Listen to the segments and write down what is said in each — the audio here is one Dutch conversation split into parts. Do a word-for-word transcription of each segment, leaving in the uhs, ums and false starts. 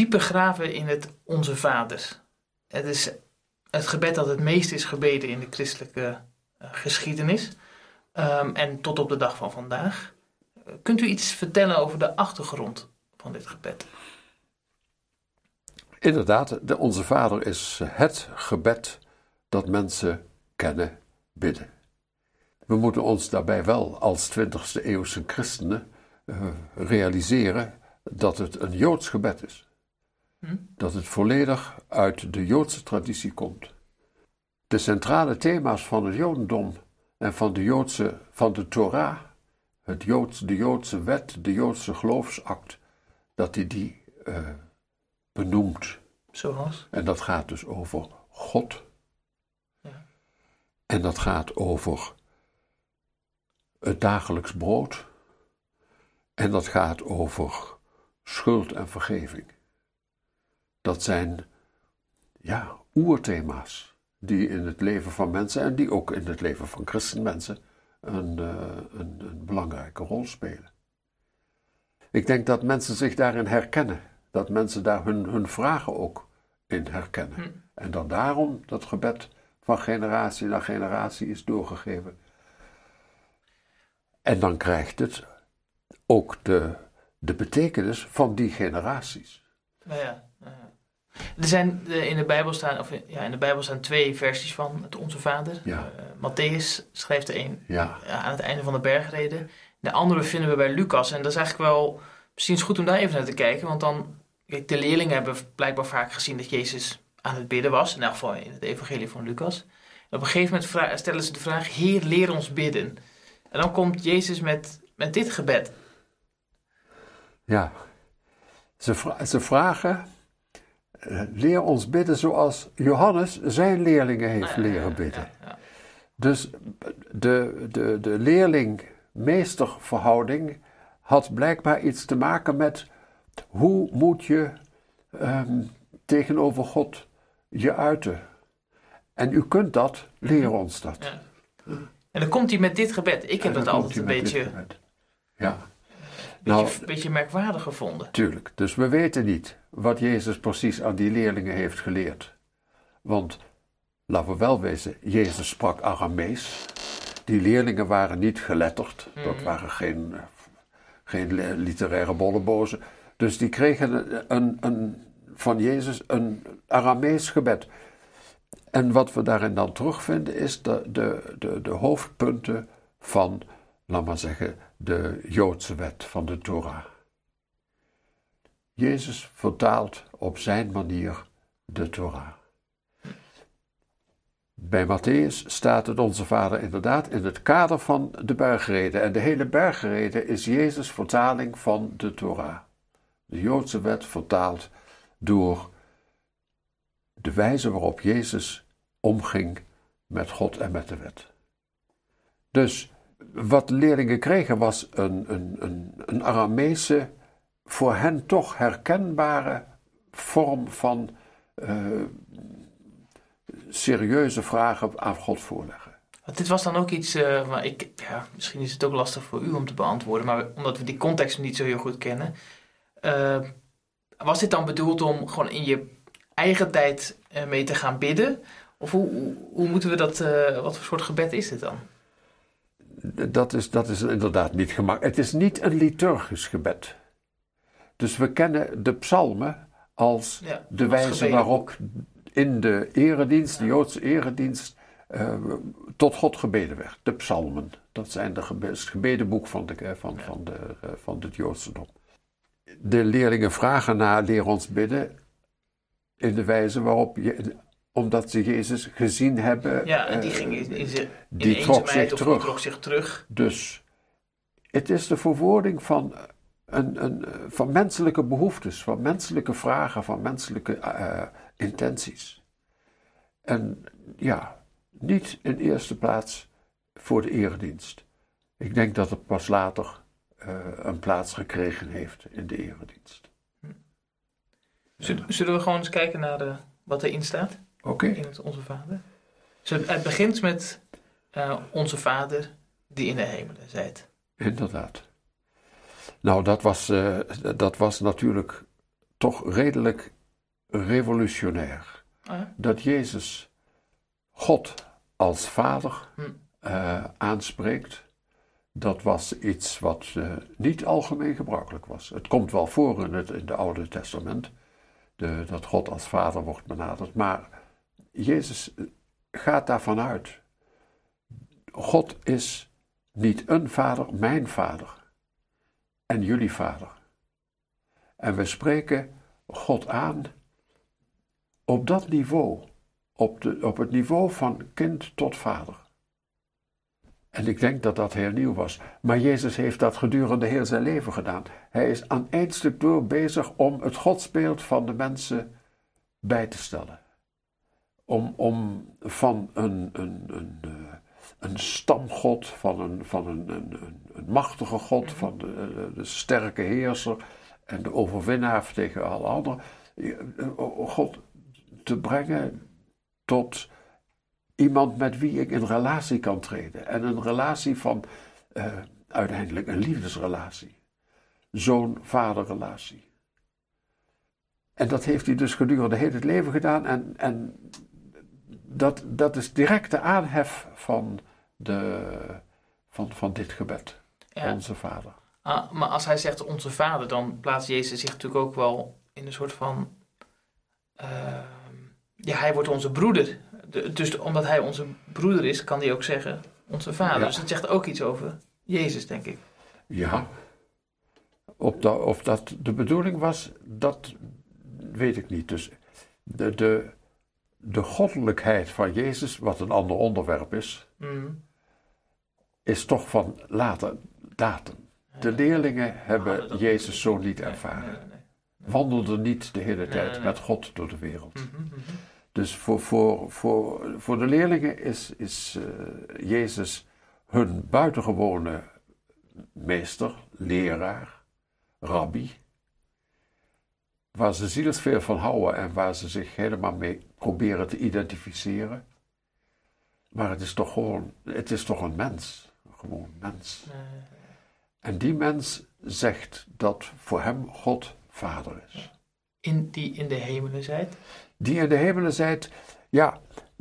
diep begraven in het Onze Vader. Het is het gebed dat het meest is gebeden in de christelijke uh, geschiedenis. Um, en tot op de dag van vandaag. Uh, kunt u iets vertellen over de achtergrond van dit gebed? Inderdaad, de Onze Vader is het gebed dat mensen kennen, bidden. We moeten ons daarbij wel als twintigste eeuwse christenen uh, realiseren dat het een Joods gebed is. Hm? Dat het volledig uit de Joodse traditie komt. De centrale thema's van het Jodendom en van de, Joodse, van de Torah, het Joods, de Joodse wet, de Joodse geloofsakt, dat hij die uh, benoemt. Zoals? En dat gaat dus over God. Ja. En dat gaat over het dagelijks brood. En dat gaat over schuld en vergeving. Dat zijn, ja, oerthema's die in het leven van mensen en die ook in het leven van christenmensen een, uh, een, een belangrijke rol spelen. Ik denk dat mensen zich daarin herkennen. Dat mensen daar hun, hun vragen ook in herkennen. Hm. En dat daarom dat gebed van generatie naar generatie is doorgegeven. En dan krijgt het ook de, de betekenis van die generaties. Nou ja, nou ja. Er zijn in de Bijbel staan, of ja, in de Bijbel staan twee versies van het Onze Vader. Ja. Uh, Matthäus schrijft er een ja. aan het einde van de bergreden. De andere vinden we bij Lucas. En dat is eigenlijk wel, misschien is het goed om daar even naar te kijken. Want dan, kijk, de leerlingen hebben blijkbaar vaak gezien dat Jezus aan het bidden was. In elk geval in het evangelie van Lucas. En op een gegeven moment vra- stellen ze de vraag, Heer, leer ons bidden. En dan komt Jezus met, met dit gebed. Ja, ze, vra- ze vragen, uh, leer ons bidden zoals Johannes zijn leerlingen heeft Ah, ja, leren ja, bidden. Ja, ja. Dus de, de, de leerling-meesterverhouding had blijkbaar iets te maken met hoe moet je um, tegenover God je uiten. En u kunt dat, leer ons dat. Ja. En dan komt hij met dit gebed. Ik heb het altijd een beetje, ja. een nou, beetje, een beetje merkwaardig gevonden. Tuurlijk, dus we weten niet wat Jezus precies aan die leerlingen heeft geleerd. Want, laten we wel wezen, Jezus sprak Aramees. Die leerlingen waren niet geletterd. Mm-hmm. Dat waren geen, geen literaire bollebozen. Dus die kregen een, een, een, van Jezus een Aramees gebed. En wat we daarin dan terugvinden is de, de, de, de hoofdpunten van, laat maar zeggen, de Joodse wet, van de Torah. Jezus vertaalt op zijn manier de Torah. Bij Matthäus staat het Onze Vader inderdaad in het kader van de bergreden. En de hele bergreden is Jezus' vertaling van de Torah. De Joodse wet vertaald door de wijze waarop Jezus omging met God en met de wet. Dus wat de leerlingen kregen was een, een, een, een Arameese, voor hen toch herkenbare vorm van uh, serieuze vragen aan God voorleggen. Want dit was dan ook iets, uh, maar ik, ja, misschien is het ook lastig voor u om te beantwoorden, maar omdat we die context niet zo heel goed kennen, uh, was dit dan bedoeld om gewoon in je eigen tijd uh, mee te gaan bidden? Of hoe, hoe, hoe moeten we dat, uh, wat voor soort gebed is dit dan? Dat is, dat is inderdaad niet gemakkelijk. Het is niet een liturgisch gebed. Dus we kennen de psalmen als ja, de wijze waarop in de eredienst, de Joodse eredienst, uh, tot God gebeden werd. De psalmen, dat zijn de gebe- het gebedenboek van, de, van, ja. van, de, uh, van het Joodsdom. De leerlingen vragen naar leer ons bidden in de wijze waarop je, omdat ze Jezus gezien hebben. Ja, en die ging in, in, in die trok zich of terug. Die trok zich terug. Dus het is de verwoording van, een, een, van menselijke behoeftes, van menselijke vragen, van menselijke uh, intenties. En ja, niet in eerste plaats voor de eredienst. Ik denk dat het pas later uh, een plaats gekregen heeft in de eredienst. Hm. Zullen, zullen we gewoon eens kijken naar de, wat erin staat? Oké. Okay. In het Onze Vader. Dus het begint met uh, Onze Vader die in de hemelen zijt. Inderdaad. Nou, dat was, uh, dat was natuurlijk toch redelijk revolutionair. Oh ja? Dat Jezus God als vader Hm. uh, aanspreekt. Dat was iets wat uh, niet algemeen gebruikelijk was. Het komt wel voor in het in het Oude Testament, de, dat God als vader wordt benaderd. Maar Jezus gaat daarvan uit. God is niet een vader, mijn vader. En jullie vader. En we spreken God aan op dat niveau. Op, de, op het niveau van kind tot vader. En ik denk dat dat heel nieuw was. Maar Jezus heeft dat gedurende heel zijn leven gedaan. Hij is aan één stuk door bezig om het godsbeeld van de mensen bij te stellen. Om, om van een, een, een, een stamgod, van een, van een, een, een, een machtige God, van de, de sterke heerser en de overwinnaar tegen alle anderen, God te brengen tot iemand met wie ik in relatie kan treden. En een relatie van, uh, uiteindelijk een liefdesrelatie. Zoon-vaderrelatie. En dat heeft hij dus gedurende heel het leven gedaan. En, en dat, dat is direct de aanhef van, de, van, van dit gebed. Ja. Onze Vader. Ah, maar als hij zegt onze Vader, dan plaatst Jezus zich natuurlijk ook wel in een soort van... Uh, ja, hij wordt onze broeder. De, dus omdat hij onze broeder is, kan hij ook zeggen onze Vader. Ja. Dus dat zegt ook iets over Jezus, denk ik. Ja. Of dat, of dat de bedoeling was, dat weet ik niet. Dus de, de, de goddelijkheid van Jezus, wat een ander onderwerp is, mm. is toch van later datum. De leerlingen hebben ja, Jezus zo niet ervaren. Nee, nee, nee, nee. Wandelden niet de hele tijd nee, nee, nee. met God door de wereld. Mm-hmm, mm-hmm. Dus voor, voor, voor, voor de leerlingen is, is uh, Jezus hun buitengewone meester, leraar, rabbi, waar ze zielsveel van houden en waar ze zich helemaal mee proberen te identificeren. Maar het is toch gewoon, het is toch een mens, gewoon een mens. Nee. En die mens zegt dat voor hem God Vader is. In die in de hemelen zijt? Die in de hemelen zijt, ja,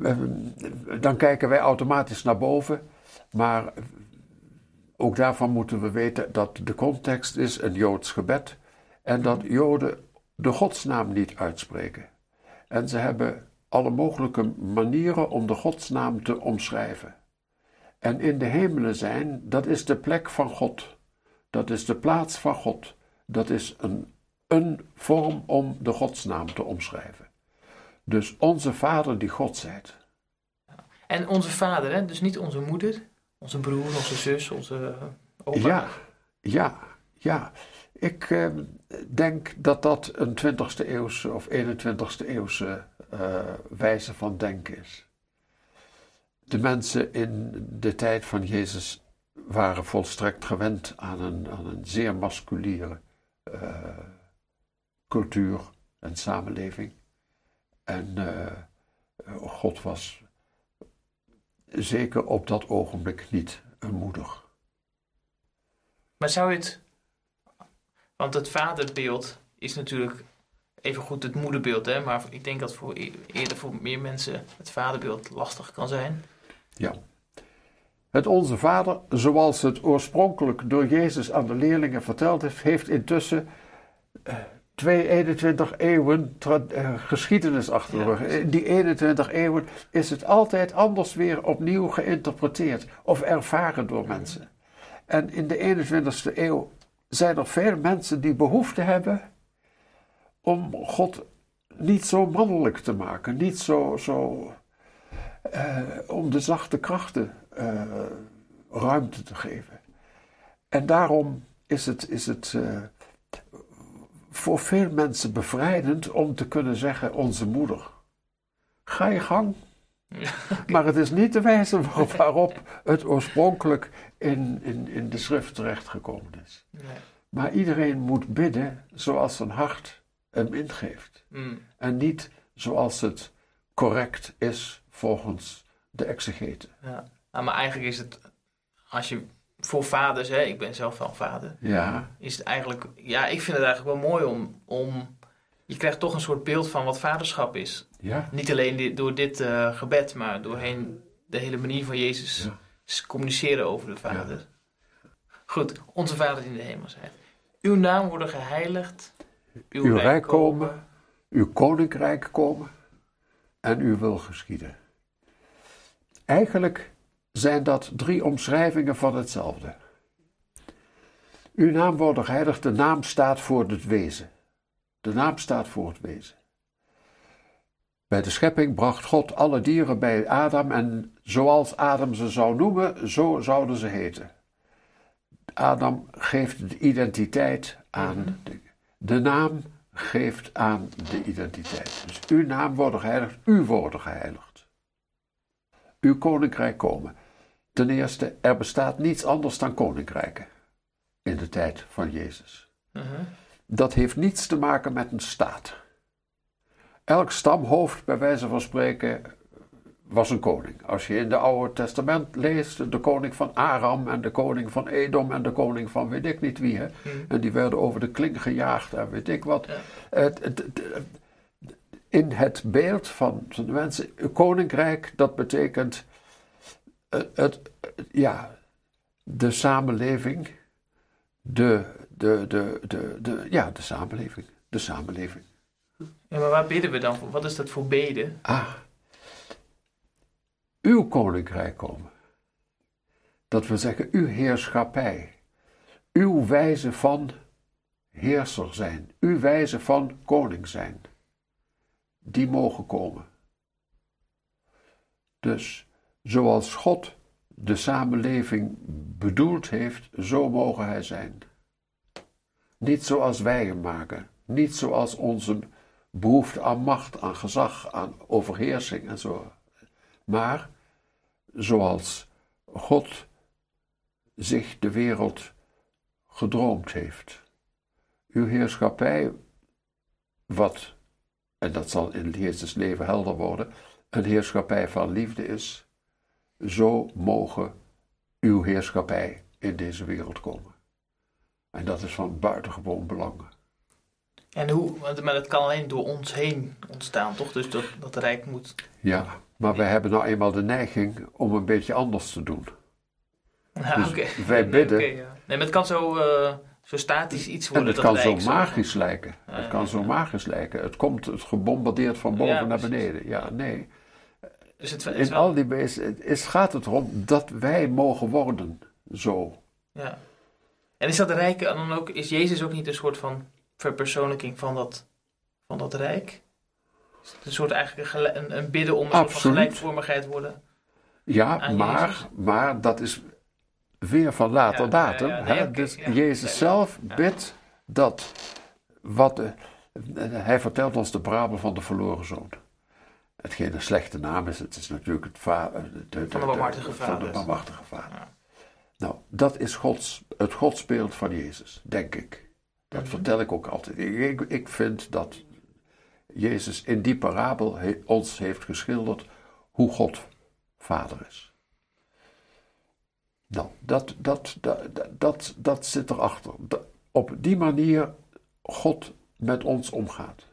dan kijken wij automatisch naar boven, maar ook daarvan moeten we weten dat de context is een Joods gebed en dat Joden de godsnaam niet uitspreken. En ze hebben alle mogelijke manieren om de godsnaam te omschrijven. En in de hemelen zijn, dat is de plek van God. Dat is de plaats van God. Dat is een, een vorm om de godsnaam te omschrijven. Dus onze Vader die God zijt. En onze Vader, hè? Dus niet onze moeder, onze broer, onze zus, onze opa. Ja, ja, ja. Ik eh, denk dat dat een twintigste eeuwse of eenentwintigste eeuwse uh, wijze van denken is. De mensen in de tijd van Jezus waren volstrekt gewend aan een, aan een zeer masculiere uh, cultuur en samenleving. En uh, God was zeker op dat ogenblik niet een moeder. Maar zou je het... Want het vaderbeeld is natuurlijk even goed het moederbeeld, hè? Maar ik denk dat voor eerder voor meer mensen het vaderbeeld lastig kan zijn. Ja. Het Onze Vader, zoals het oorspronkelijk door Jezus aan de leerlingen verteld heeft, heeft intussen uh, twee eenentwintig eeuwen tra- uh, geschiedenis achter de rug. Ja, in die eenentwintig eeuwen is het altijd anders weer opnieuw geïnterpreteerd of ervaren door mensen. En in de eenentwintigste eeuw zijn er veel mensen die behoefte hebben om God niet zo mannelijk te maken, niet zo, zo uh, om de zachte krachten uh, ruimte te geven. En daarom is het, is het uh, voor veel mensen bevrijdend om te kunnen zeggen, onze moeder, ga je gang. Ja, okay. Maar het is niet de wijze waarop, waarop het oorspronkelijk in, in, in de schrift terechtgekomen is. Nee. Maar iedereen moet bidden zoals zijn hart hem ingeeft. Mm. En niet zoals het correct is volgens de exegeten. Ja. Nou, maar eigenlijk is het, als je voor vaders, hè, ik ben zelf wel vader, ja. is het eigenlijk, ja, ik vind het eigenlijk wel mooi om, om je krijgt toch een soort beeld van wat vaderschap is. Ja. Niet alleen dit, door dit uh, gebed, maar doorheen de hele manier van Jezus Ja. communiceren over de Vader. Ja. Goed, onze Vader die in de hemel zijt. Uw naam worden geheiligd. Uw, Uw rijk rijk komen. komen. Uw koninkrijk komen. En uw wil geschieden. Eigenlijk zijn dat drie omschrijvingen van hetzelfde. Uw naam wordt geheiligd. De naam staat voor het wezen. De naam staat voor het wezen. Bij de schepping bracht God alle dieren bij Adam en zoals Adam ze zou noemen, zo zouden ze heten. Adam geeft de identiteit aan. De, de naam geeft aan de identiteit. Dus uw naam wordt geheiligd, u wordt geheiligd. Uw koninkrijk komen. Ten eerste, er bestaat niets anders dan koninkrijken in de tijd van Jezus. Uh-huh. Dat heeft niets te maken met een staat. Elk stamhoofd, bij wijze van spreken, was een koning. Als je in het Oude Testament leest, de koning van Aram en de koning van Edom en de koning van weet ik niet wie. Hè? Hmm. En die werden over de klink gejaagd en weet ik wat. Ja. Het, het, het, in het beeld van de mensen, een koninkrijk, dat betekent het, het, ja, de samenleving, de, de, de, de, de, ja, de samenleving, de samenleving. Ja, maar waar bidden we dan voor? Wat is dat voor beden? Ah, uw koninkrijk komen. Dat wil zeggen, uw heerschappij, uw wijze van heerser zijn, uw wijze van koning zijn, die mogen komen. Dus zoals God de samenleving bedoeld heeft, zo mogen hij zijn. Niet zoals wij hem maken, niet zoals onze behoefte aan macht, aan gezag, aan overheersing en zo. Maar zoals God zich de wereld gedroomd heeft. Uw heerschappij, wat, en dat zal in Jezus' leven helder worden, een heerschappij van liefde is, zo mogen uw heerschappij in deze wereld komen. En dat is van buitengewoon belang. En hoe, maar dat kan alleen door ons heen ontstaan, toch? Dus dat, dat rijk moet... Ja, maar wij hebben nou eenmaal de neiging om een beetje anders te doen. Ja, Dus okay. wij bidden. Nee, okay, ja. Nee, maar het kan zo, uh, zo statisch iets En worden. het dat kan zo rijk magisch zo. lijken. Ja, Het kan ja, zo ja. magisch lijken. Het komt het gebombardeerd van boven Ja, naar precies. beneden. Ja, nee. Dus het is In wel... al die wezen is, gaat het erom dat wij mogen worden zo. Ja. En is dat rijk dan ook, is Jezus ook niet een soort van verpersoonlijking van dat, van dat rijk? Is het een soort eigenlijk een, gele- een, een bidden om een soort van Absoluut. gelijkvormigheid worden? Ja, Aan maar, Jezus. maar dat is weer van later Ja, datum. ja, ja, nee, hè? oké, Dus ja. Jezus Nee, zelf ja. bidt dat wat... de- hij vertelt ons de parabel van de verloren zoon. Hetgeen een slechte naam is, het is natuurlijk het va- de, de, Van de barmhartige van vader. de barmhartige vader. Ja. Nou, dat is Gods, het godsbeeld van Jezus, denk ik. Dat Mhm. vertel ik ook altijd. Ik, ik vind dat Jezus in die parabel he- ons heeft geschilderd hoe God vader is. Nou, dat, dat, dat, dat, dat zit erachter. Dat op die manier God met ons omgaat.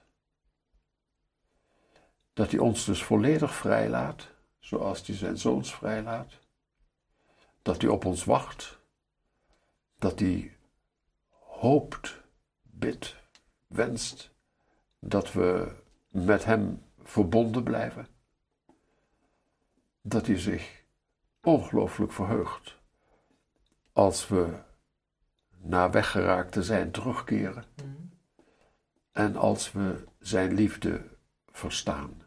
Dat hij ons dus volledig vrijlaat, zoals hij zijn zoons vrijlaat. Dat hij op ons wacht. Dat hij hoopt, bidt, wenst dat we met hem verbonden blijven. Dat hij zich ongelooflijk verheugt als we na weggeraakt te zijn terugkeren Mhm. en als we zijn liefde verstaan.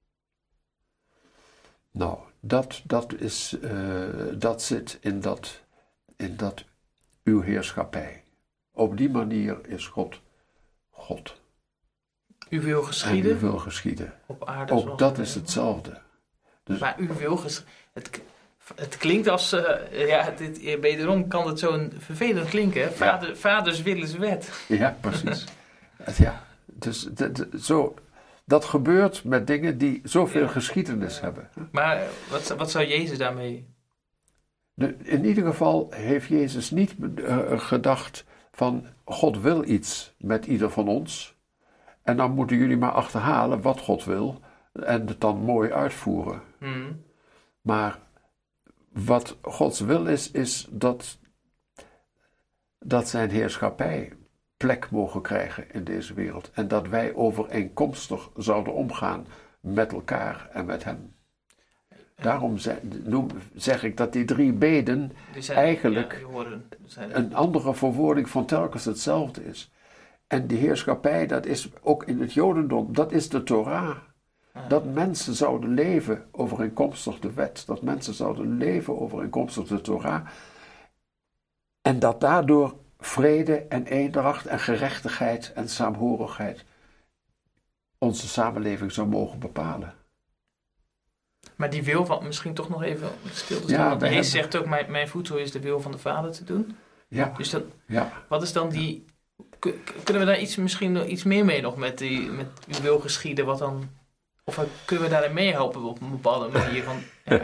Nou, dat, dat, is, uh, dat zit in dat, in dat uw heerschappij. Op die manier is God God. U wil En geschieden u wil geschieden. op aarde. Ook zoals dat in de is hemel. hetzelfde. Dus, Maar u wil geschieden. Het, k- het klinkt als, uh, ja, dit, wederom kan het zo vervelend klinken. Hè? Vader, Vaders wil is wet. ja, precies. ja, dus de, de, zo, dat gebeurt met dingen die zoveel Ja. geschiedenis hebben. Maar wat, wat zou Jezus daarmee... De, in ieder geval heeft Jezus niet uh, gedacht van God wil iets met ieder van ons En dan moeten jullie maar achterhalen wat God wil en het dan mooi uitvoeren. Mm. Maar wat Gods wil is, is dat, dat zijn heerschappij plek mogen krijgen in deze wereld. En dat wij overeenkomstig zouden omgaan met elkaar en met hem. Daarom zeg, noem, zeg ik dat die drie beden Die zijn, eigenlijk ja, die horen, zijn, een andere verwoording van telkens hetzelfde is. En die heerschappij, dat is ook in het Jodendom, dat is de Torah. ah. Dat mensen zouden leven overeenkomstig de wet. Dat mensen zouden leven overeenkomstig de Torah. En dat daardoor vrede en eendracht en gerechtigheid en saamhorigheid onze samenleving zou mogen bepalen. Maar die wil van, misschien toch nog even stil te staan. Ja, want wij Jezus hebben- zegt ook, mijn, mijn voedsel is de wil van de Vader te doen. Ja, Dus dan, ja. wat is dan die... k- k- Kunnen we daar iets, misschien nog iets meer mee nog met, die, met uw wil geschieden? Wat dan, of eh, kunnen we daarin meehelpen op een bepaalde manier? Van, ja.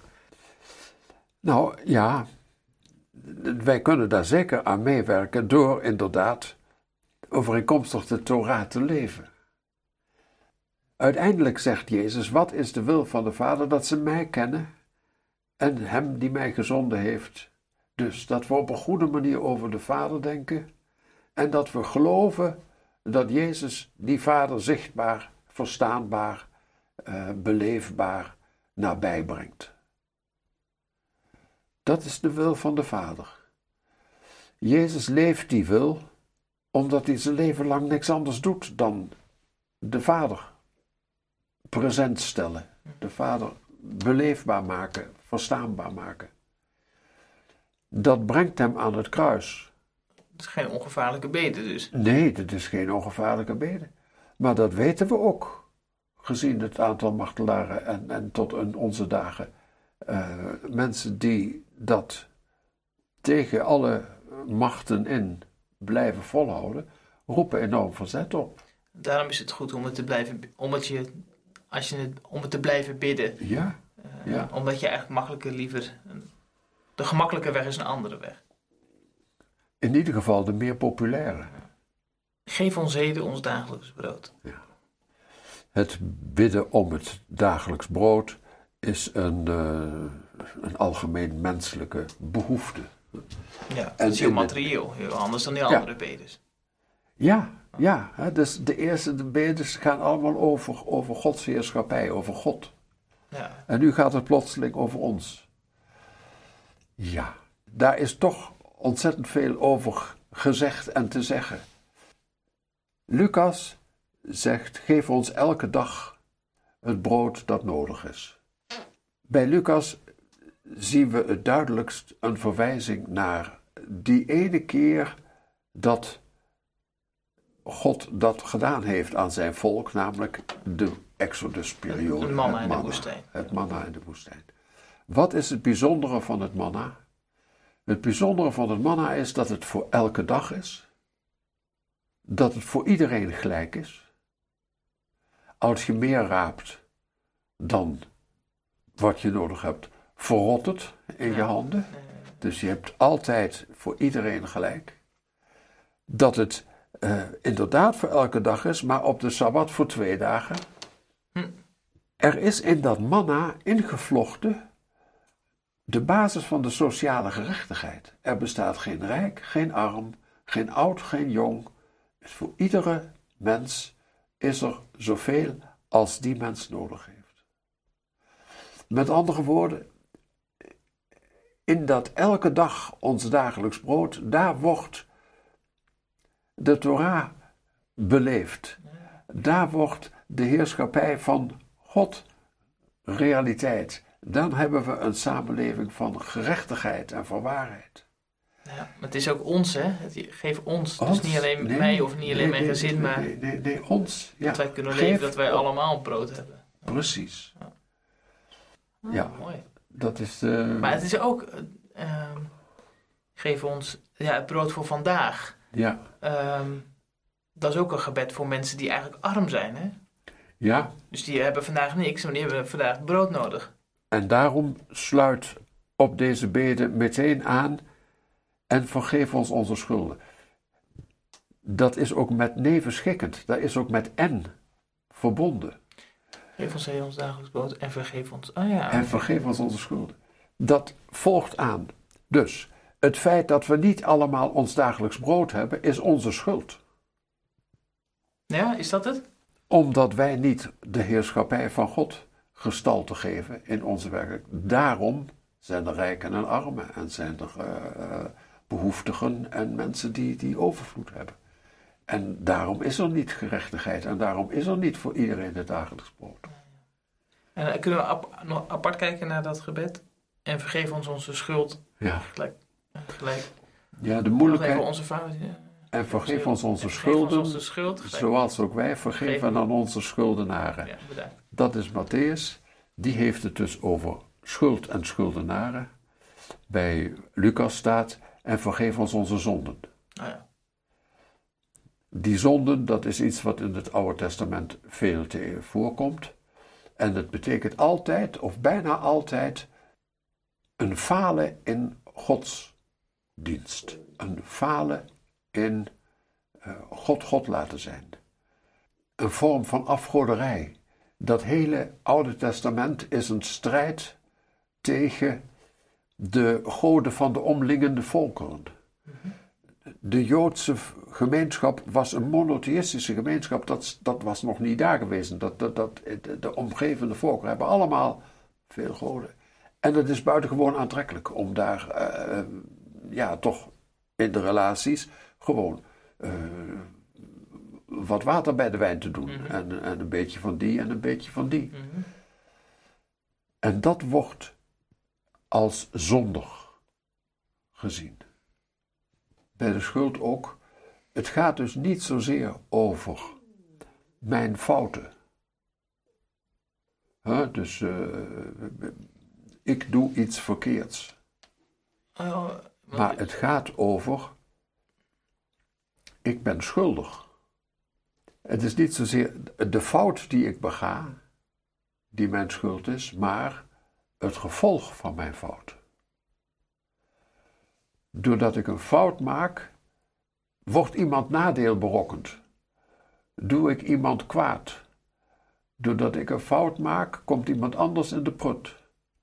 Nou ja, wij kunnen daar zeker aan meewerken door inderdaad overeenkomstig de Torah te leven. Uiteindelijk zegt Jezus, wat is de wil van de Vader? Dat ze mij kennen en hem die mij gezonden heeft. Dus dat we op een goede manier over de Vader denken en dat we geloven dat Jezus die Vader zichtbaar, verstaanbaar, uh, beleefbaar nabij brengt. Dat is de wil van de Vader. Jezus leeft die wil omdat hij zijn leven lang niks anders doet dan de Vader present stellen. De Vader beleefbaar maken, verstaanbaar maken. Dat brengt hem aan het kruis. Het is geen ongevaarlijke bede dus. Nee, dat is geen ongevaarlijke bede. Maar dat weten we ook, gezien het aantal martelaren en, en tot in onze dagen. Uh, mensen die dat tegen alle machten in blijven volhouden, roepen enorm verzet op. Daarom is het goed om het te blijven, om het je, als je het, om het te blijven bidden. Ja, Uh, ja. Omdat je eigenlijk makkelijker liever, de gemakkelijke weg is een andere weg. In ieder geval de meer populaire. Geef ons heden ons dagelijks brood. Ja. Het bidden om het dagelijks brood is een, uh, een algemeen menselijke behoefte. Ja, En dat is heel in het- materieel, heel anders dan die Ja. andere bedes. Ja, ja. Hè, dus de eerste de bedes gaan allemaal over, over Gods heerschappij, over God. Ja. En nu gaat het plotseling over ons. Ja, daar is toch ontzettend veel over gezegd en te zeggen. Lucas zegt, geef ons elke dag het brood dat nodig is. Bij Lucas zien we het duidelijkst een verwijzing naar die ene keer dat God dat gedaan heeft aan zijn volk, namelijk de Exodusperiode. Het manna het in de woestijn. Het manna in de woestijn. Wat is het bijzondere van het manna? Het bijzondere van het manna is dat het voor elke dag is. Dat het voor iedereen gelijk is. Als je meer raapt dan wat je nodig hebt, verrot het in je Ja. handen. Dus je hebt altijd voor iedereen gelijk. Dat het uh, inderdaad voor elke dag is, maar op de Sabbat voor twee dagen. Hm. Er is in dat manna ingevlochten de basis van de sociale gerechtigheid. Er bestaat geen rijk, geen arm, geen oud, geen jong. Voor iedere mens is er zoveel als die mens nodig heeft. Met andere woorden, in dat elke dag ons dagelijks brood, daar wordt de Torah beleefd. Daar wordt de heerschappij van God realiteit. Dan hebben we een samenleving van gerechtigheid en van waarheid. Ja, maar het is ook ons, hè? Het geef ons. Ons? Dus niet alleen Nee, mij of niet alleen nee, mijn nee, gezin, nee, maar Nee, nee, nee, ons. Ja. dat wij kunnen Geef leven, dat wij op. allemaal brood hebben. Precies. Ah, Ja. Mooi. Dat is... Uh, Maar het is ook, uh, uh, geef ons ja, het brood voor vandaag. Ja. Um, dat is ook een gebed voor mensen die eigenlijk arm zijn, hè? Ja. Dus die hebben vandaag niks, maar die hebben vandaag brood nodig. En daarom sluit op deze bede meteen aan en vergeef ons onze schulden. dat is ook met nevenschikkend. Dat is ook met en verbonden. Geef ons heden ons dagelijks brood en vergeef ons. Oh ja, en vergeef ons onze schulden. Dat volgt aan. Dus het feit dat we niet allemaal ons dagelijks brood hebben, is onze schuld. Ja, is dat het? Omdat wij niet de heerschappij van God gestalte geven in onze werkelijk. Daarom zijn er rijken en armen en zijn er uh, behoeftigen en mensen die, die overvloed hebben. En daarom is er niet gerechtigheid en daarom is er niet voor iedereen het dagelijks brood. En uh, kunnen we ap- nog apart kijken naar dat gebed? En vergeef ons onze schuld. Ja. Gelijk. gelijk. Ja, de moeilijkheid. Onze vader, ja. En vergeef ons onze en schulden, ons onze schuld, zoals ook wij vergeven aan onze schuldenaren. Ja, dat is Matthäus. Die heeft het dus over schuld en schuldenaren. Bij Lucas staat, en vergeef ons onze zonden. Oh ja. Die zonden, dat is iets wat in het Oude Testament veel te voorkomt. En het betekent altijd, of bijna altijd, een falen in Gods dienst. Een falen in uh, God God laten zijn. Een vorm van afgoderij. Dat hele Oude Testament is een strijd tegen de goden van de omliggende volkeren. De Joodse gemeenschap was een monotheïstische gemeenschap, dat, dat was nog niet daar geweest. Dat, dat, dat, de, de omgevende volkeren hebben allemaal veel goden. En het is buitengewoon aantrekkelijk om daar, uh, ja, toch in de relaties gewoon uh, wat water bij de wijn te doen. Mm-hmm. En, en een beetje van die en een beetje van die. Mm-hmm. En dat wordt als zondig gezien. Bij de schuld ook. Het gaat dus niet zozeer over mijn fouten. Huh? Dus uh, ik doe iets verkeerds. Oh, maar het gaat over, ik ben schuldig. Het is niet zozeer de fout die ik bega, die mijn schuld is, maar het gevolg van mijn fout. Doordat ik een fout maak, wordt iemand nadeel berokkend. Doe ik iemand kwaad. Doordat ik een fout maak, komt iemand anders in de prut.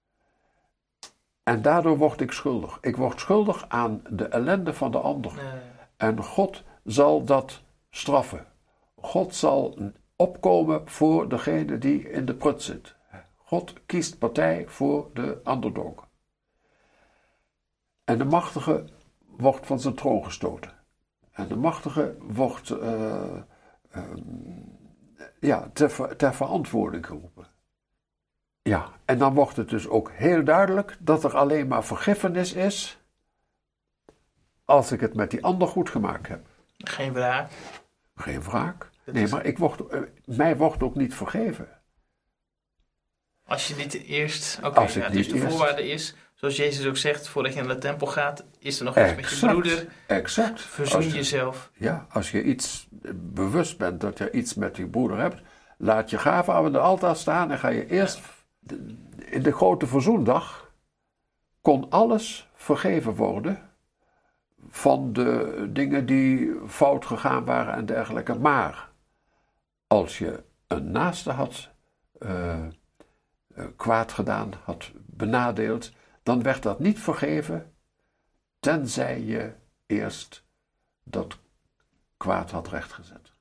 En daardoor word ik schuldig. Ik word schuldig aan de ellende van de ander. Nee. En God zal dat straffen. God zal opkomen voor degene die in de prut zit. God kiest partij voor de underdog. En de machtige wordt van zijn troon gestoten. En de machtige wordt uh, uh, ja, ter, ter verantwoording geroepen. Ja, en dan wordt het dus ook heel duidelijk dat er alleen maar vergiffenis is als ik het met die ander goed gemaakt heb. Geen wraak. Geen wraak. Nee, maar ik word, uh, mij wordt ook niet vergeven. Als je niet eerst... Oké, okay, ja, dus de eerst... voorwaarde is, zoals Jezus ook zegt, voordat je naar de tempel gaat, is er nog iets met je broeder. Exact. Verzoen je, jezelf. Ja, als je iets bewust bent dat je iets met je broeder hebt, laat je gaven aan de altaar staan en ga je eerst... Ja. De, in de grote verzoendag kon alles vergeven worden van de dingen die fout gegaan waren en dergelijke. Maar als je een naaste had uh, uh, kwaad gedaan, had benadeeld, dan werd dat niet vergeven, tenzij je eerst dat kwaad had rechtgezet.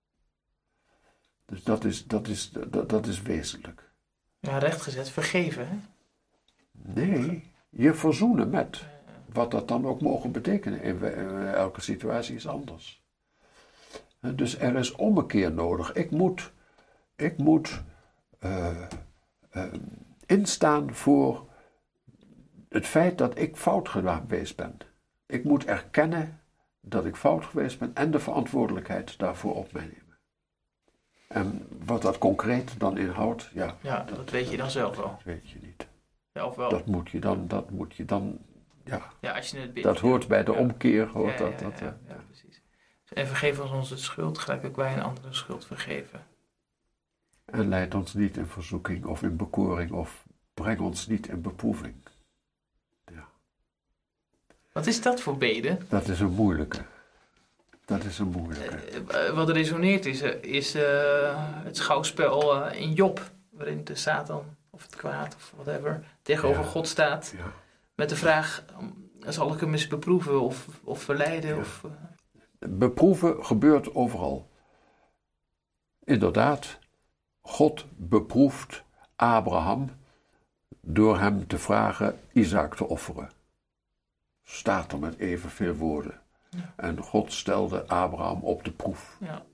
Dus dat is, dat is, dat, dat is wezenlijk. Ja, rechtgezet, vergeven, hè? Nee, je verzoenen met. Wat dat dan ook mogen betekenen. In elke situatie is anders. Dus er is ommekeer nodig. Ik moet, ik moet uh, uh, instaan voor het feit dat ik fout geweest ben. Ik moet erkennen dat ik fout geweest ben en de verantwoordelijkheid daarvoor op mij nemen. En wat dat concreet dan inhoudt, ja. Ja, dat, dat weet je dan zelf wel. Dat weet je niet. Zelf wel. Dat moet je dan, dat moet je dan, ja. Ja, als je het bidt. Dat hoort bij de ja. omkeer, hoort ja, dat. Ja, dat ja, ja, ja, ja, precies. En vergeef ons onze schuld, gelijk ook wij een andere schuld vergeven. En leid ons niet in verzoeking of in bekoring of breng ons niet in beproeving. Ja. Wat is dat voor bede? Dat is een moeilijke. Dat is een moeilijke. Uh, wat resoneert is, uh, is uh, het schouwspel uh, in Job, waarin de Satan of het kwaad of whatever tegenover ja. God staat. Ja. Met de vraag, zal ik hem eens beproeven of, of verleiden? Ja. Of, uh... Beproeven gebeurt overal. Inderdaad, God beproeft Abraham door hem te vragen Isaac te offeren. Staat er met evenveel woorden. Ja. En God stelde Abraham op de proef. Ja.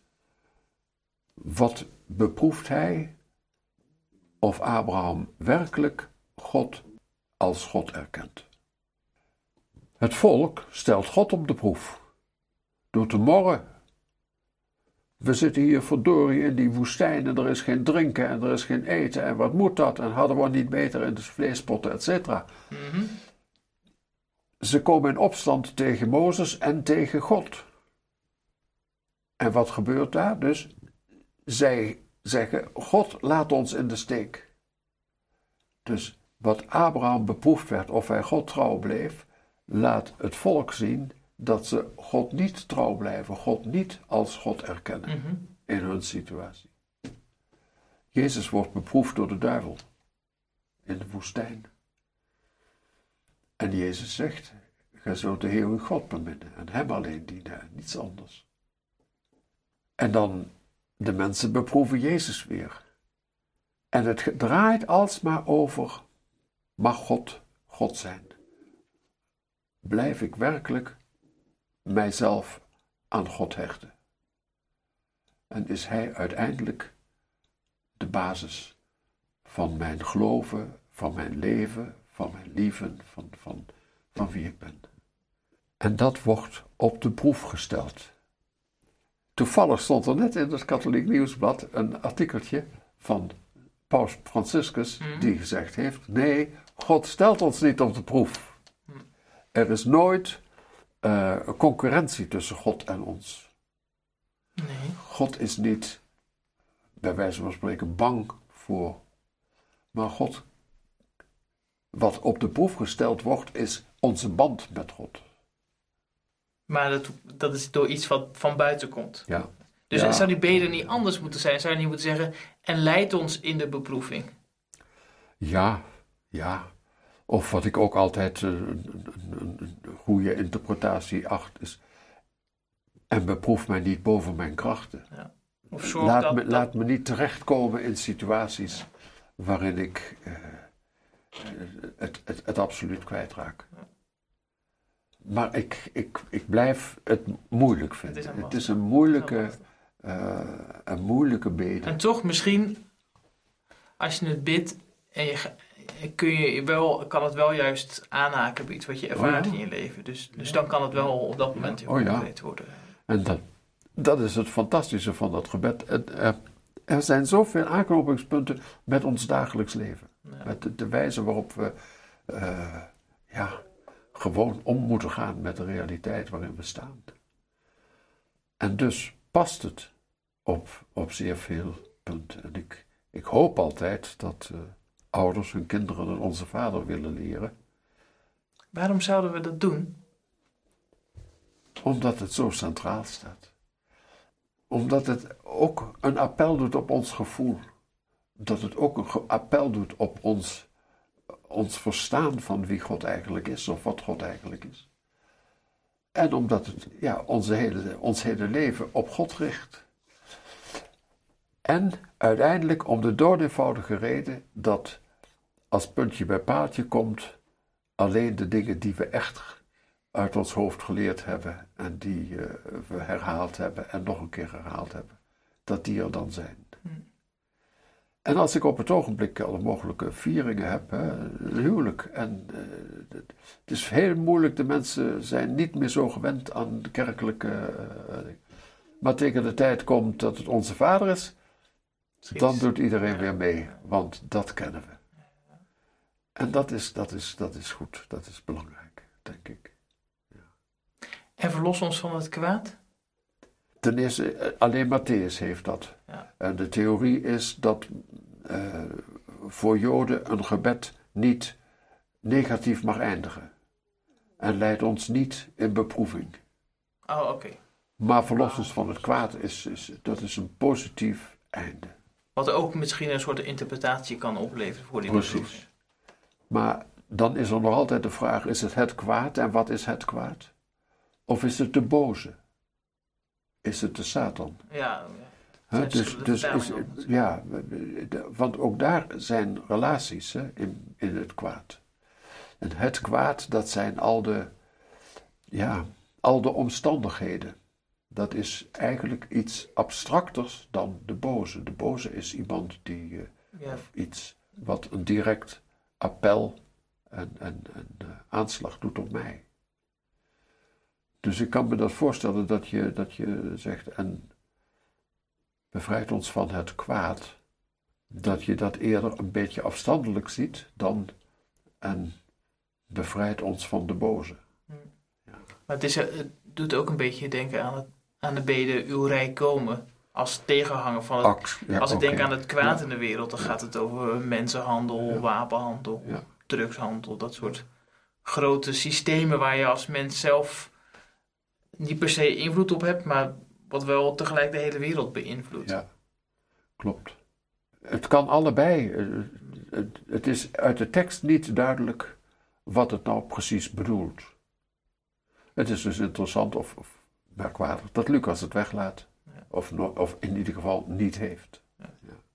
Wat beproeft hij? Of Abraham werkelijk God als God erkent. Het volk stelt God op de proef. Door te morren. We zitten hier verdorie in die woestijn en er is geen drinken en er is geen eten. En wat moet dat? En hadden we niet beter in de vleespotten, et cetera. Mm-hmm. Ze komen in opstand tegen Mozes en tegen God. En wat gebeurt daar? Dus zij zeggen, God laat ons in de steek. Dus wat Abraham beproefd werd of hij God trouw bleef, laat het volk zien dat ze God niet trouw blijven, God niet als God erkennen mm-hmm. in hun situatie. Jezus wordt beproefd door de duivel in de woestijn. En Jezus zegt, gij zult de Heer uw God beminnen en hem alleen dienen en niets anders. En dan de mensen beproeven Jezus weer. En het draait alsmaar over, mag God God zijn? Blijf ik werkelijk mijzelf aan God hechten? En is Hij uiteindelijk de basis van mijn geloven, van mijn leven, van mijn lieven, van, van, van wie ik ben. En dat wordt op de proef gesteld. Toevallig stond er net in het Katholiek Nieuwsblad een artikeltje van Paus Franciscus, mm. die gezegd heeft, nee, God stelt ons niet op de proef. Mm. Er is nooit uh, concurrentie tussen God en ons. Nee. God is niet, bij wijze van spreken, bang voor, maar God, wat op de proef gesteld wordt, is onze band met God. Maar dat, dat is door iets wat van buiten komt. Ja. Dus ja. zou die bede niet anders moeten zijn? Zou je niet moeten zeggen, en leid ons in de beproeving? Ja, ja. Of wat ik ook altijd een, een, een goede interpretatie acht is, en beproef mij niet boven mijn krachten. Ja. Of zorg laat, dat, me, dat... laat me niet terechtkomen in situaties ja. waarin ik uh, het, het, het absoluut kwijtraak. Ja. Maar ik, ik, ik blijf het moeilijk vinden. Het is een, het is een moeilijke, uh, een moeilijke bede. En toch misschien, als je het bidt, en je, kun je wel, kan het wel juist aanhaken bij iets wat je ervaart oh ja. in je leven. Dus, dus dan kan het wel op dat moment heel oh ja. concreet worden. En dat, dat is het fantastische van dat gebed. Het, er, er zijn zoveel aanknopingspunten met ons dagelijks leven. Ja. Met de, de wijze waarop we uh, ja, gewoon om moeten gaan met de realiteit waarin we staan. En dus past het op, op zeer veel punten. En ik, ik hoop altijd dat uh, ouders hun kinderen een Onze Vader willen leren. Waarom zouden we dat doen? Omdat het zo centraal staat. Omdat het ook een appel doet op ons gevoel. Dat het ook een appel doet op ons, ons verstaan van wie God eigenlijk is, of wat God eigenlijk is. En omdat het ja, onze hele, ons hele leven op God richt. En uiteindelijk om de doodeenvoudige reden dat als puntje bij paaltje komt, alleen de dingen die we echt uit ons hoofd geleerd hebben en die uh, we herhaald hebben en nog een keer herhaald hebben, dat die er dan zijn. Hmm. En als ik op het ogenblik alle mogelijke vieringen heb, hè, een huwelijk, en uh, het is heel moeilijk, de mensen zijn niet meer zo gewend aan de kerkelijke, uh, maar tegen de tijd komt dat het Onze Vader is, dan doet iedereen weer mee, want dat kennen we. En dat is, dat is, dat is goed, dat is belangrijk, denk ik. En verlos ons van het kwaad? Ten eerste, alleen Matthäus heeft dat. Ja. En de theorie is dat uh, voor Joden een gebed niet negatief mag eindigen. En leidt ons niet in beproeving. Oh, oké. Okay. Maar verlossens van het kwaad, is, is, dat is een positief einde. Wat ook misschien een soort interpretatie kan opleveren voor die Precies. bezoekers. Maar dan is er nog altijd de vraag, is het het kwaad en wat is het kwaad? Of is het de boze? Is het de Satan? Ja, ja. He, zijn dus, dus is, vertalingen ook. ja, want ook daar zijn relaties he, in, in het kwaad. En het kwaad, dat zijn al de, ja, al de omstandigheden. Dat is eigenlijk iets abstracters dan de boze. De boze is iemand die uh, Ja. iets wat een direct appel en, en, en uh, aanslag doet op mij. Dus ik kan me dat voorstellen dat je, dat je zegt, en bevrijdt ons van het kwaad, dat je dat eerder een beetje afstandelijk ziet dan en bevrijdt ons van de boze. Ja. Maar het, is, het doet ook een beetje denken aan, het, aan de bede uw rijk komen als tegenhanger van het... Ax, ja, als ik okay. denk aan het kwaad ja. in de wereld, dan gaat het over mensenhandel, Ja. wapenhandel, Ja. drugshandel, dat soort grote systemen waar je als mens zelf niet per se invloed op hebt, maar wat wel tegelijk de hele wereld beïnvloedt. Ja, klopt. Het kan allebei. Het, het is uit de tekst niet duidelijk wat het nou precies bedoelt. Het is dus interessant of, of merkwaardig dat Lucas het weglaat. Ja. Of, no, of in ieder geval niet heeft. Ja. Ja.